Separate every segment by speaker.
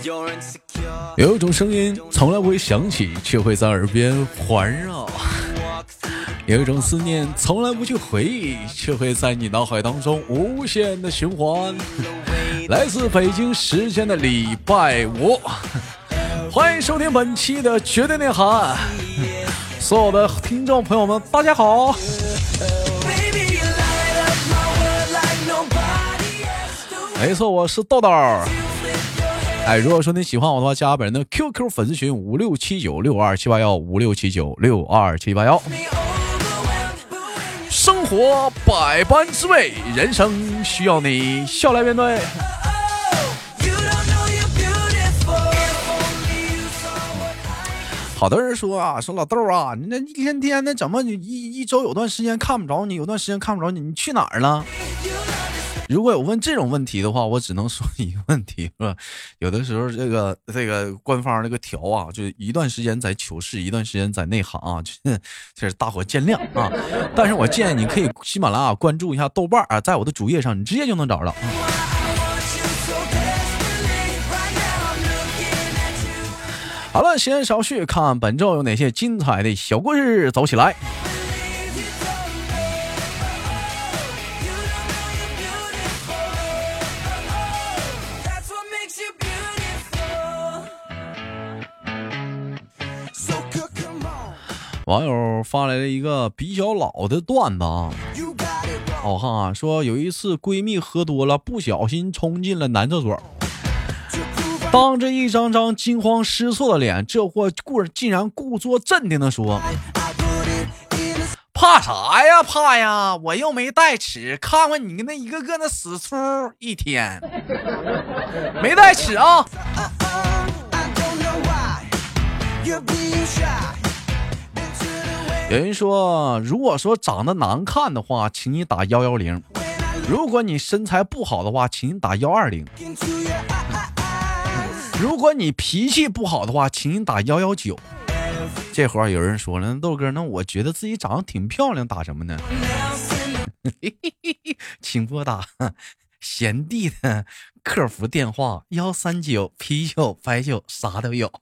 Speaker 1: 有一种声音从来不会响起，却会在耳边环绕；有一种思念从来不去回忆，却会在你脑海当中无限的循环。来自北京时间的礼拜五，欢迎收听本期的绝对内涵。所有的听众朋友们大家好，没错，我是豆豆。哎，如果说你喜欢我的话，加本人的 QQ 粉丝群567962781567962781。生活百般滋味，人生需要你笑来面对。好多人说啊，说老豆啊，你那一天天的怎么你一周有段时间看不着你，有段时间看不着你，你去哪儿了？如果有问这种问题的话，我只能说一个问题，是吧？有的时候这个官方这个条啊，就一段时间在糗事，一段时间在内行啊，这是大伙见谅啊。但是我建议你可以喜马拉雅关注一下豆瓣啊，在我的主页上你直接就能找着。好了，闲言少叙，看本周有哪些精彩的小故事，走起来。网友发来了一个比较老的段子啊，好看啊，说有一次闺蜜喝多了，不小心冲进了男厕所，当着一张张惊慌失措的脸，这货竟然故作镇定的说：“怕啥呀，怕呀，我又没带尺，看看你那一个个那死粗一天，没带尺啊。”有人说，如果说长得难看的话，请你打110；如果你身材不好的话，请你打120；如果你脾气不好的话，请你打119。这会儿有人说了，豆哥，那我觉得自己长得挺漂亮，打什么呢？请拨打贤弟的客服电话139啤酒白酒啥都有。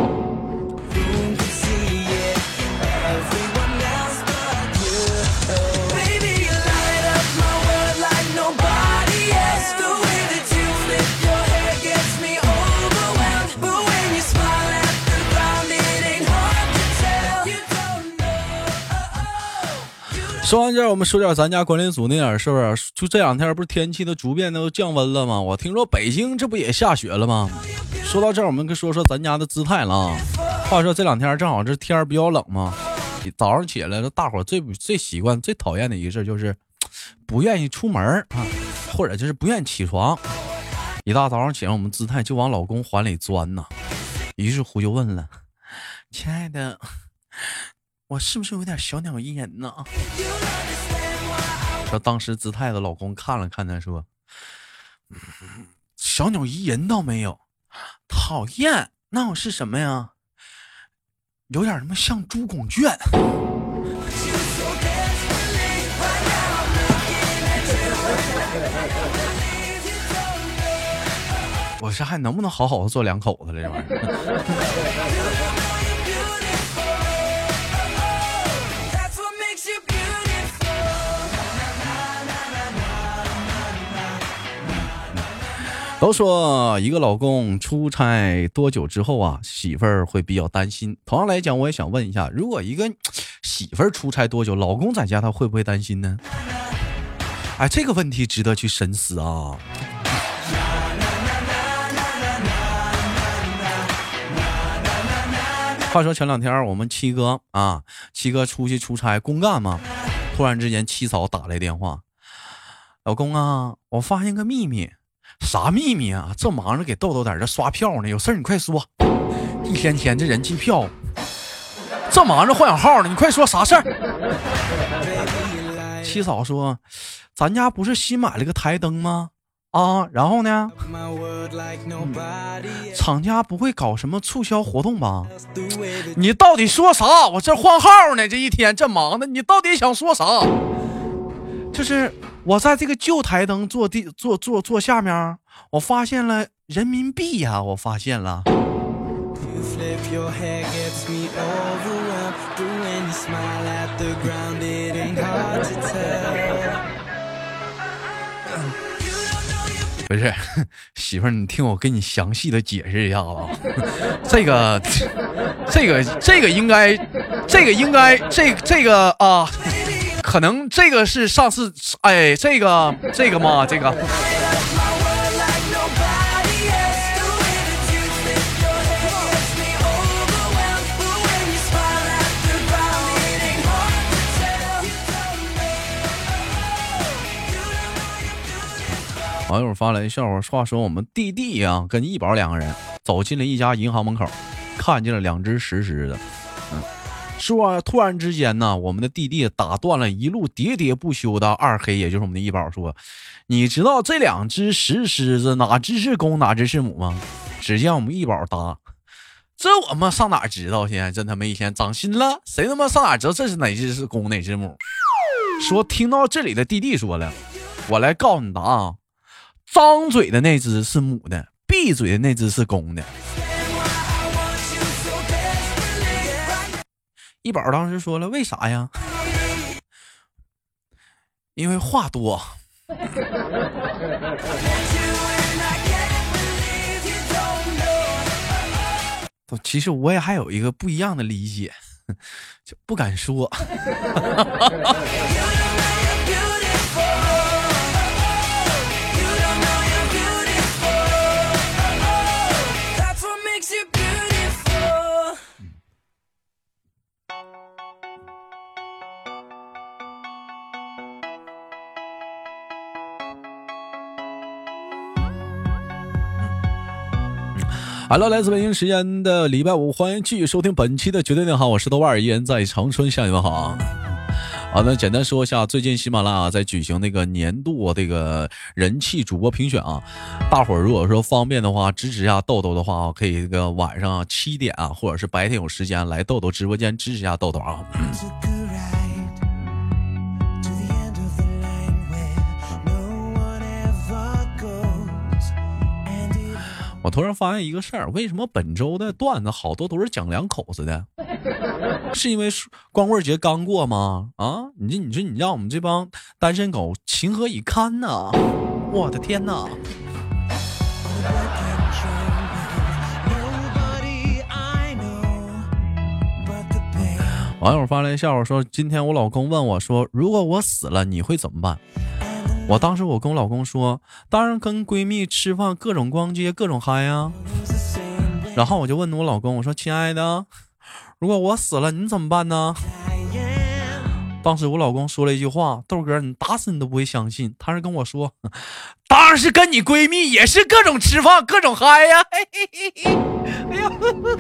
Speaker 1: 说完这儿，我们说点咱家管理组那点事儿。就这两天不是天气都逐渐都降温了吗？我听说北京这不也下雪了吗？说到这儿，我们可说说咱家的姿态了。话说这两天正好这天比较冷嘛，早上起来了，大伙最习惯最讨厌的一个事就是不愿意出门啊，或者就是不愿意起床。一大早上起来，我们姿态就往老公怀里钻呐。于是乎就问了：“亲爱的，我是不是有点小鸟依人呢？”说当时姿态的老公看了看他说：“小鸟依人倒没有，讨厌，那我是什么呀？有点什么像猪拱圈。”我说还能不能好好的做两口子了这玩意儿？都说一个老公出差多久之后啊，媳妇儿会比较担心。同样来讲，我也想问一下，如果一个媳妇儿出差多久，老公在家，他会不会担心呢？哎，这个问题值得去深思啊。话说前两天我们七哥出去出差公干嘛，突然之间七嫂打来电话：“老公啊，我发现个秘密。”“啥秘密啊？正忙着给豆豆在这刷票呢，有事你快说。一天天这人气票，正忙着换小号呢，你快说啥事儿？”七嫂说：“咱家不是新买了个台灯吗？啊，然后呢？厂家不会搞什么促销活动吧？你到底说啥？我这换号呢，这一天这忙的，你到底想说啥？就是我在这个旧台灯坐下面，我发现了人民币呀，我发现了。不是，媳妇儿，你听我跟你详细的解释一下啊。这个应该，这个啊，可能这个是上次，哎，这个嘛，这个。网友发来笑话，话说我们弟弟呀跟一宝两个人走进了一家银行门口，看见了两只石狮子。说突然之间呢，我们的弟弟打断了一路喋喋不休的二黑，也就是我们的一宝，说：“你知道这两只石狮子哪只是公哪只是母吗？”只见我们一宝答：“这我们上哪知道？现在真他妈一天长心了，谁他妈上哪知道这是哪只是公哪只母？”说听到这里的弟弟说了：“我来告诉你答案。张嘴的那只是母的，闭嘴的那只是公的。”一宝当时说了：“为啥呀？”因为话多。其实我也还有一个不一样的理解，就不敢说。Hello， 来自北京时间的礼拜五，欢迎继续收听本期的绝对电好，我是豆瓣儿，依然在长春向你们好。好，那简单说一下，最近喜马拉雅在举行那个年度这个人气主播评选啊，大伙儿如果说方便的话，支持一下豆豆的话，可以这个晚上7点啊，或者是白天有时间来豆豆直播间支持一下豆豆啊。我突然发现一个事儿，为什么本周的段子好多都是讲两口子的？是因为光棍节刚过吗？啊，你说你让我们这帮单身狗情何以堪呢？我的天哪！网友发来笑话说，今天我老公问我说，如果我死了你会怎么办？我当时我跟我老公说，当然跟闺蜜吃饭，各种逛街，各种嗨呀。然后我就问我老公，我说亲爱的，如果我死了你怎么办呢？当时我老公说了一句话，豆哥你打死你都不会相信，他是跟我说，当然是跟你闺蜜也是各种吃饭，各种嗨呀。哎呀。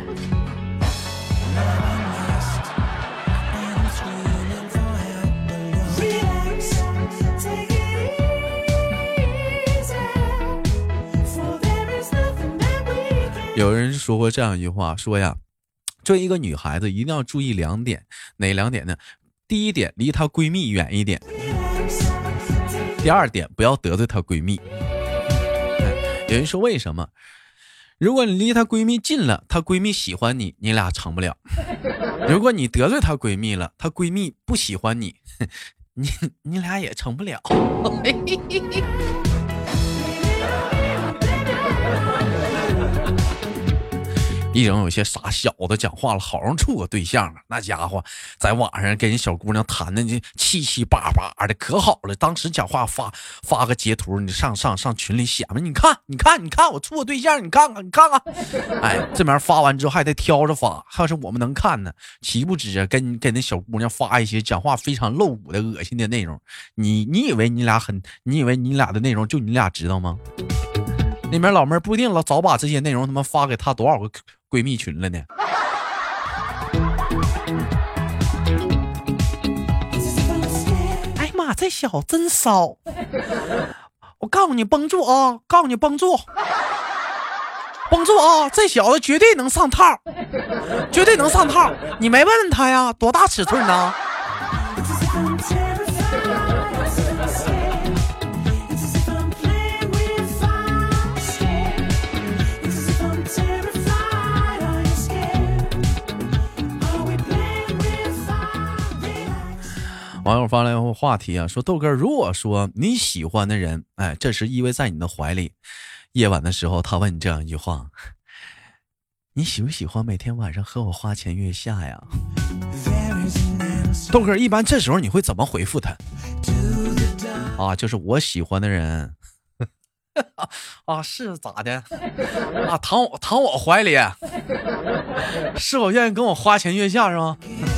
Speaker 1: 有人说过这样一句话，说呀，追一个女孩子一定要注意2点，哪2点呢？第一点，离她闺蜜远一点；第2点，不要得罪她闺蜜。有人说为什么？如果你离她闺蜜近了，她闺蜜喜欢你，你俩成不了；如果你得罪她闺蜜了，她闺蜜不喜欢你，你俩也成不了。一种有些傻小子讲话了，好容易处个对象了，那家伙在网上跟人小姑娘谈的七七八八的，可好了。当时讲话发个截图，你上群里显摆，你看，我处个对象，你看看。哎，这边发完之后还得挑着发，还是我们能看呢。岂不知跟那小姑娘发一些讲话非常露骨的恶心的内容。你以为你俩的内容就你俩知道吗？那边老妹儿不一定早把这些内容他妈发给她多少个闺蜜群了呢？哎呀妈，这小子真骚！我告诉你绷住啊，绷住啊！这小子绝对能上套，你没问问他呀？多大尺寸呢？ 网友发来话题啊，说豆哥，如果说你喜欢的人，哎，这时依偎在你的怀里，夜晚的时候，他问你这样一句话：你喜不喜欢每天晚上和我花前月下呀？豆哥，一般这时候你会怎么回复他？啊，就是我喜欢的人。啊，是咋的？啊，躺我怀里，是否愿意跟我花前月下是吗？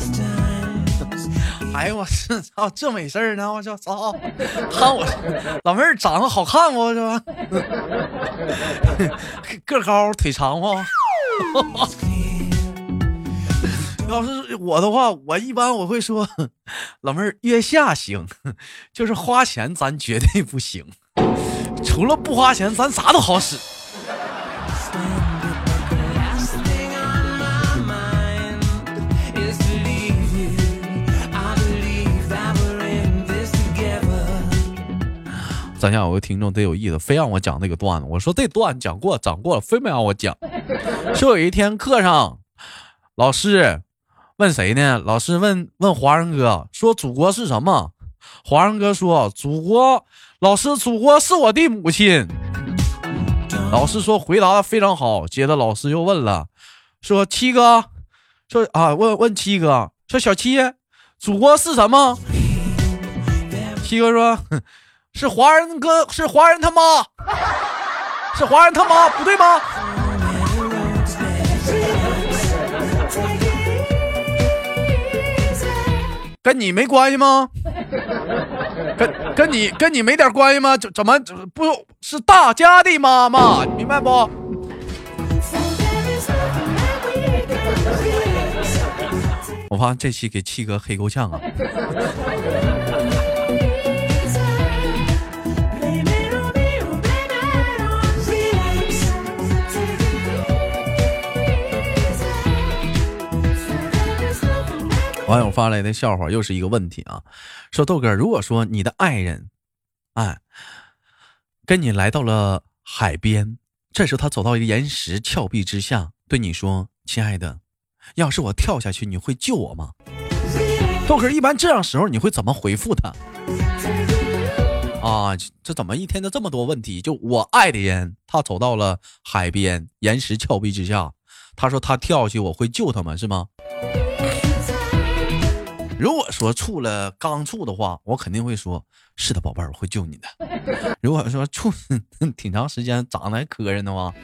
Speaker 1: 哎呦我是操，这没事儿呢，我操，看我老妹儿长得好看不是吧？个高腿长不？要是我的话，我一般我会说，老妹儿月下行，就是花钱咱绝对不行。除了不花钱，咱啥都好使。咱家有个听众得有意思，非让我讲这个段子。我说这段讲过了，非没让我讲。说有一天课上，老师问谁呢？老师问华人哥，说祖国是什么？华人哥说祖国。老师，祖国是我的母亲。老师说回答的非常好。接着老师又问了，说七哥，说啊问七哥，说小七，祖国是什么？七哥说是华人哥，是华人他妈，是华人他妈，不对吗？跟你没关系吗？跟你没点关系吗？怎么不是大家的妈妈？明白不？我发现这期给七哥黑够呛啊！网友发来的笑话又是一个问题啊，说豆哥，如果说你的爱人，哎，跟你来到了海边，这时候他走到一个岩石峭壁之下，对你说：“亲爱的，要是我跳下去，你会救我吗？”豆哥，一般这样时候你会怎么回复他？啊，这怎么一天都这么多问题？就我爱的人，他走到了海边岩石峭壁之下，他说他跳下去，我会救他们，是吗？如果说刚处的话，我肯定会说是的，宝贝儿，我会救你的。如果说处挺长时间，长得还磕碜的话，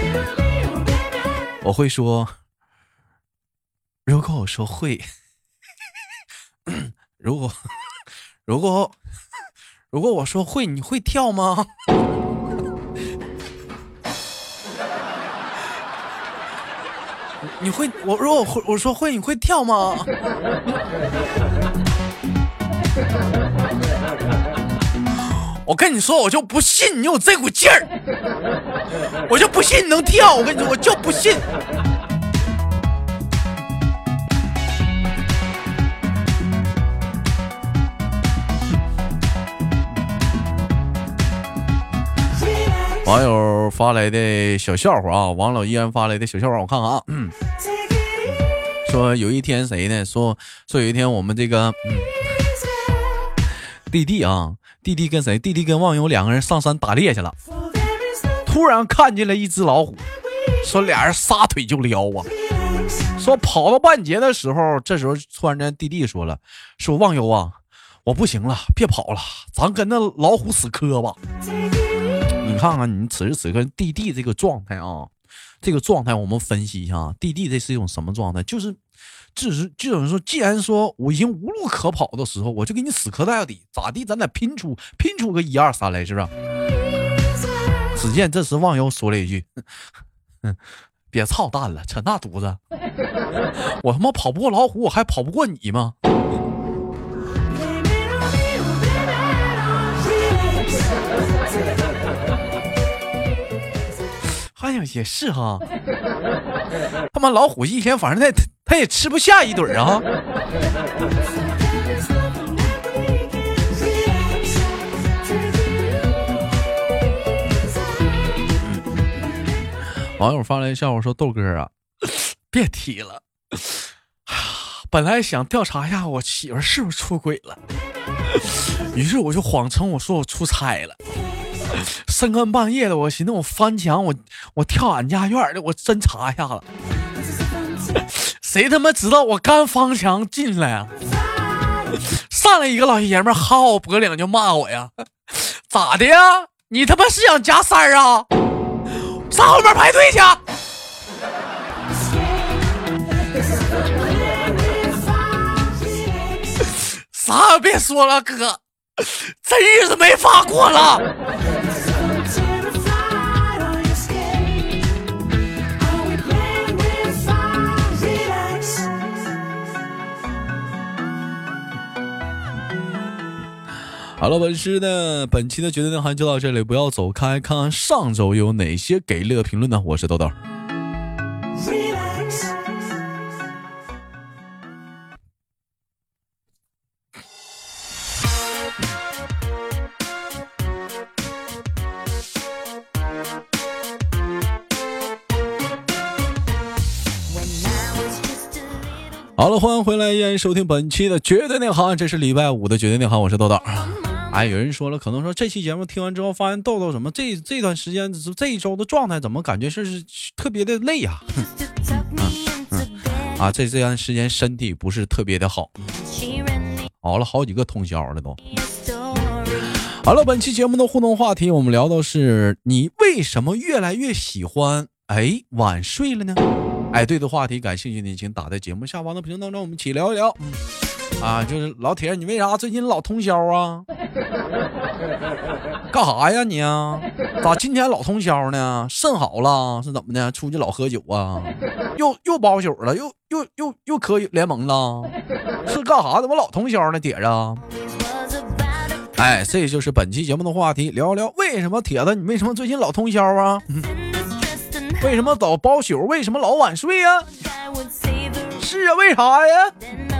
Speaker 1: 我会说，如果我说会，如果我说会，你会跳吗？你会我如果我说会，你会跳吗？我跟你说，我就不信你有这股劲儿，我就不信你能跳。我跟你说，我就不信。网友发来的小笑话啊，王老依然发来的小笑话，我看看啊。说有一天谁呢？说有一天我们这个弟弟啊，弟弟跟谁？弟弟跟忘忧两个人上山打猎去了，突然看见了一只老虎，说俩人撒腿就撩啊。说跑到半截的时候，这时候突然间弟弟说了，说忘忧啊，我不行了，别跑了，咱跟那老虎死磕吧。你看看你此时此刻弟弟这个状态啊，这个状态我们分析一下，弟弟这是一种什么状态？就是说，既然说我已经无路可跑的时候，我就给你死磕到底，咋地？咱俩拼出个1、2、3来，是不是？只见这时忘忧说了一句：“别操蛋了，扯那犊子！我他妈跑不过老虎，我还跑不过你吗？”哎呀，也是哈，他妈老虎一天反正他也吃不下一顿啊。网友发来笑话说：“豆哥啊，别提了，本来想调查一下我媳妇是不是出轨了。”
Speaker 2: 于是我就谎称我说我出差了。深更半夜的，我寻思我翻墙，我跳俺家院的，我侦查一下子。谁他妈知道我刚翻墙进来啊，上来一个老爷们薅我脖领就骂我呀，咋的呀？你他妈是想加塞儿啊？上后面排队去。啥也别说了，哥，这日子没法过了。
Speaker 1: 好了，本期的绝对内涵就到这里，不要走开，看看上周有哪些给力的评论呢？我是豆豆。好了，欢迎回来，依然收听本期的绝对内涵，这是礼拜五的绝对内涵，我是豆豆。哎，有人说了，可能说这期节目听完之后，发现豆豆怎么这段时间这一周的状态怎么感觉是特别的累呀？这段时间身体不是特别的好，熬了好几个通宵了都。好了，本期节目的互动话题，我们聊的是你为什么越来越喜欢晚睡了呢？对的话题感兴趣的请打在节目下方的评论当中，我们一起聊一聊。就是老铁，你为啥最近老通宵啊？干啥呀你啊？咋今天老通宵呢？肾好了是怎么的？出去老喝酒啊？又包宿了？又磕联盟了？是干啥？怎么老通宵呢？铁子？这就是本期节目的话题，聊一聊为什么铁子你为什么最近老通宵啊？为什么老包宿？为什么老晚睡呀？是啊，为啥呀？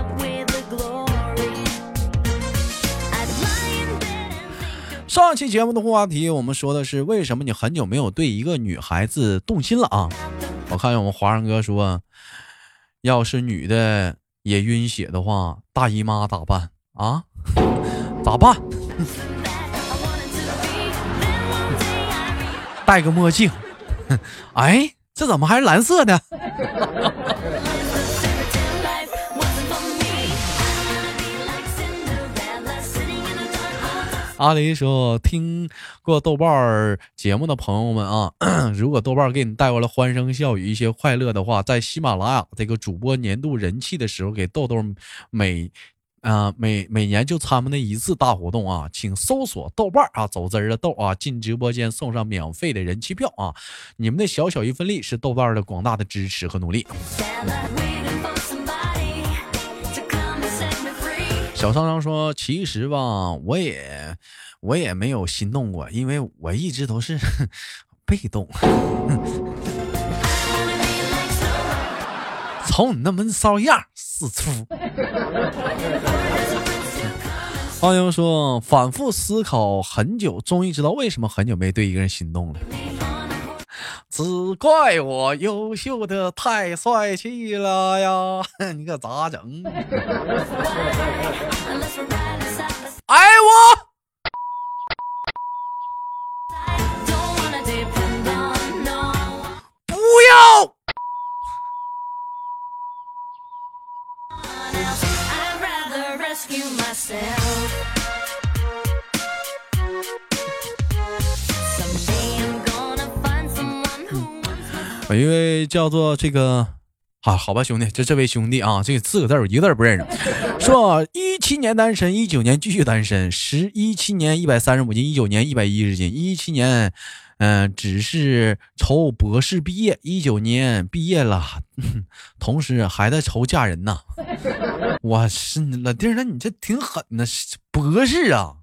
Speaker 1: 上期节目的话题我们说的是为什么你很久没有对一个女孩子动心了啊？我看见我们华人哥说，要是女的也晕血的话，大姨妈咋办啊？咋办？戴个墨镜。这怎么还是蓝色的？阿雷说，听过豆瓣节目的朋友们啊，如果豆瓣给你带过来欢声笑语一些快乐的话，在喜马拉雅这个主播年度人气的时候，给豆豆每年就参与那一次大活动啊，请搜索豆瓣走字儿的豆啊，进直播间送上免费的人气票啊！你们的小小一份力是豆瓣的广大的支持和努力。小商商说，其实吧，我也没有心动过，因为我一直都是被动。瞅你那闷骚样，四处。方英说，反复思考很久，终于知道为什么很久没对一个人心动了。只怪我优秀的太帅气了呀！你可咋整？我不要。有一位叫做这个好吧兄弟，这位兄弟啊，这4个字我一个字不认识。说17年单身，19年继续单身，17年135斤，19年110斤，17年只是愁博士毕业，19年毕业了，同时还在愁嫁人呢。我是老弟儿，那你这挺狠的，博士啊！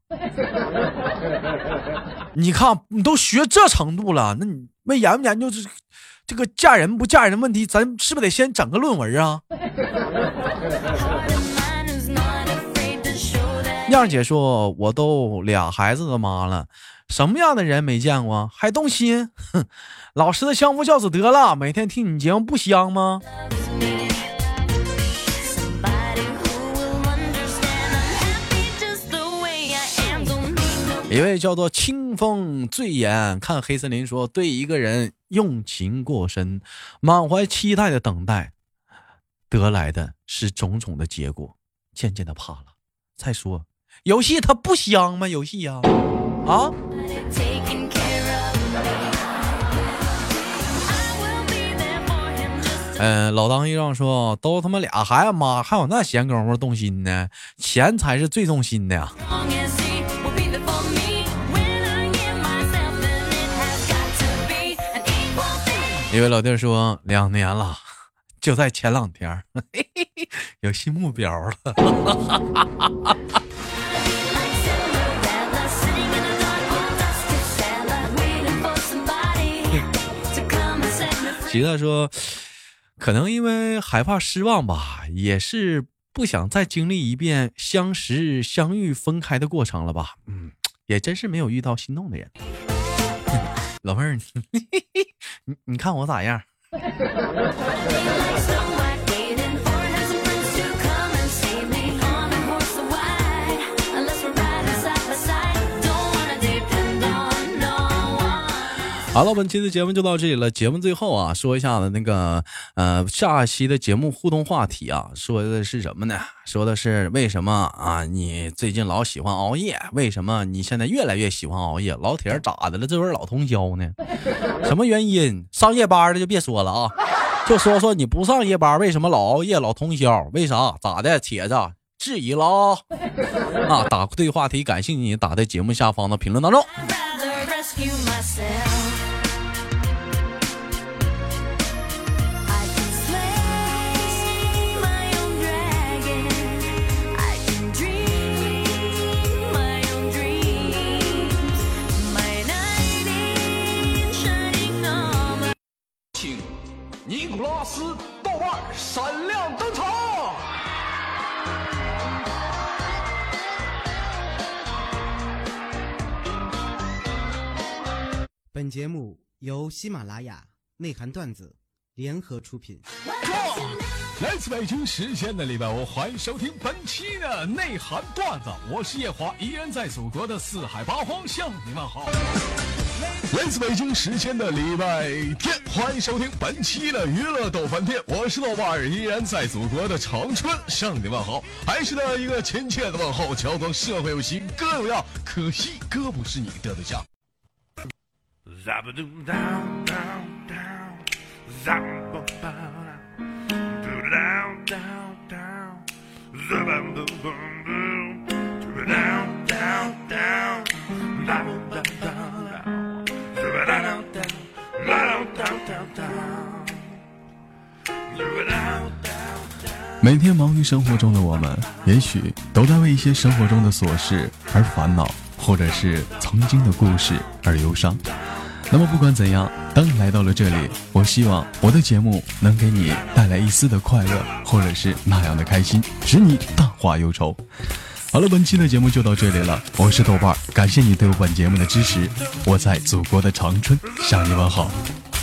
Speaker 1: 你看你都学这程度了，那你没研不研究这个嫁人不嫁人的问题，咱是不是得先整个论文啊？燕姐说，我都2孩子的妈了，什么样的人没见过，还动心？老实的相夫教子得了，每天听你节目不香吗？ 一位叫做清风醉眼看黑森林说，对一个人用情过深，满怀期待的等待，得来的是种种的结果，渐渐的怕了。再说游戏它不香吗？游戏呀啊老当益壮说，都他妈俩孩子妈，还有那闲工夫动心呢？钱才是最动心的呀。一位老弟说，2年了，就在前2天有新目标了。吉他说，可能因为害怕失望吧，也是不想再经历一遍相识、相遇、分开的过程了吧。也真是没有遇到心动的人。老妹儿，你看我咋样？好了，本期的节目就到这里了。节目最后啊，说一下的那个下期的节目互动话题啊，说的是什么呢？说的是为什么啊你最近老喜欢熬夜？为什么你现在越来越喜欢熬夜？老铁咋的了？这不是老通宵呢？什么原因？上夜班的就别说了啊，就说说你不上夜班为什么老熬夜老通宵？为啥？咋的？铁子质疑了啊！打对话题感兴趣，打在节目下方的评论当中。
Speaker 3: 尼古拉斯豆瓣闪亮登场。
Speaker 4: 本节目由喜马拉雅、内涵段子联合出品。
Speaker 3: 来自北京时间的礼拜五，欢迎收听本期的内涵段子，我是叶华，依然在祖国的四海八荒向你们好。来自北京时间的礼拜天，欢迎收听本期的娱乐逗翻天，我是豆瓣儿，依然在祖国的长春向你们好，还是那一个亲切的问候，叫做社会有型哥有样，可惜哥不是你的对象。
Speaker 5: 每天忙于生活中的我们，也许都在为一些生活中的琐事而烦恼，或者是曾经的故事而忧伤。那么不管怎样，当你来到了这里，我希望我的节目能给你带来一丝的快乐，或者是那样的开心，使你淡化忧愁。好了，本期的节目就到这里了，我是豆瓣，感谢你对我本节目的支持，我在祖国的长春向你问好。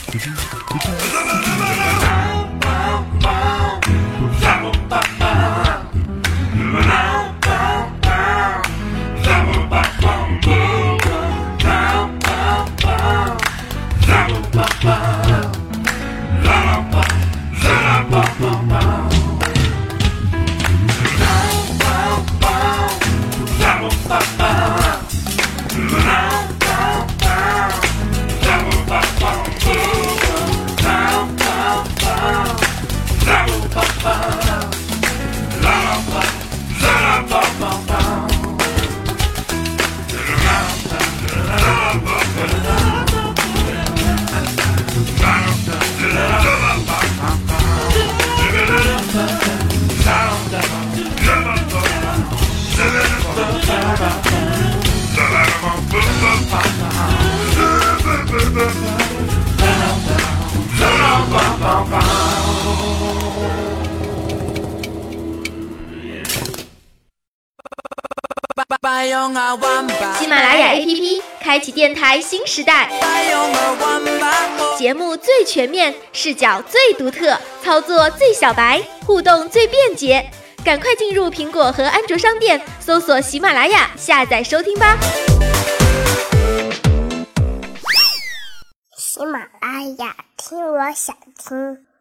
Speaker 6: 喜马拉雅 APP 开启电台新时代，节目最全面，视角最独特，操作最小白，互动最便捷，赶快进入苹果和安卓商店搜索喜马拉雅，下载收听吧。
Speaker 7: 听我想听。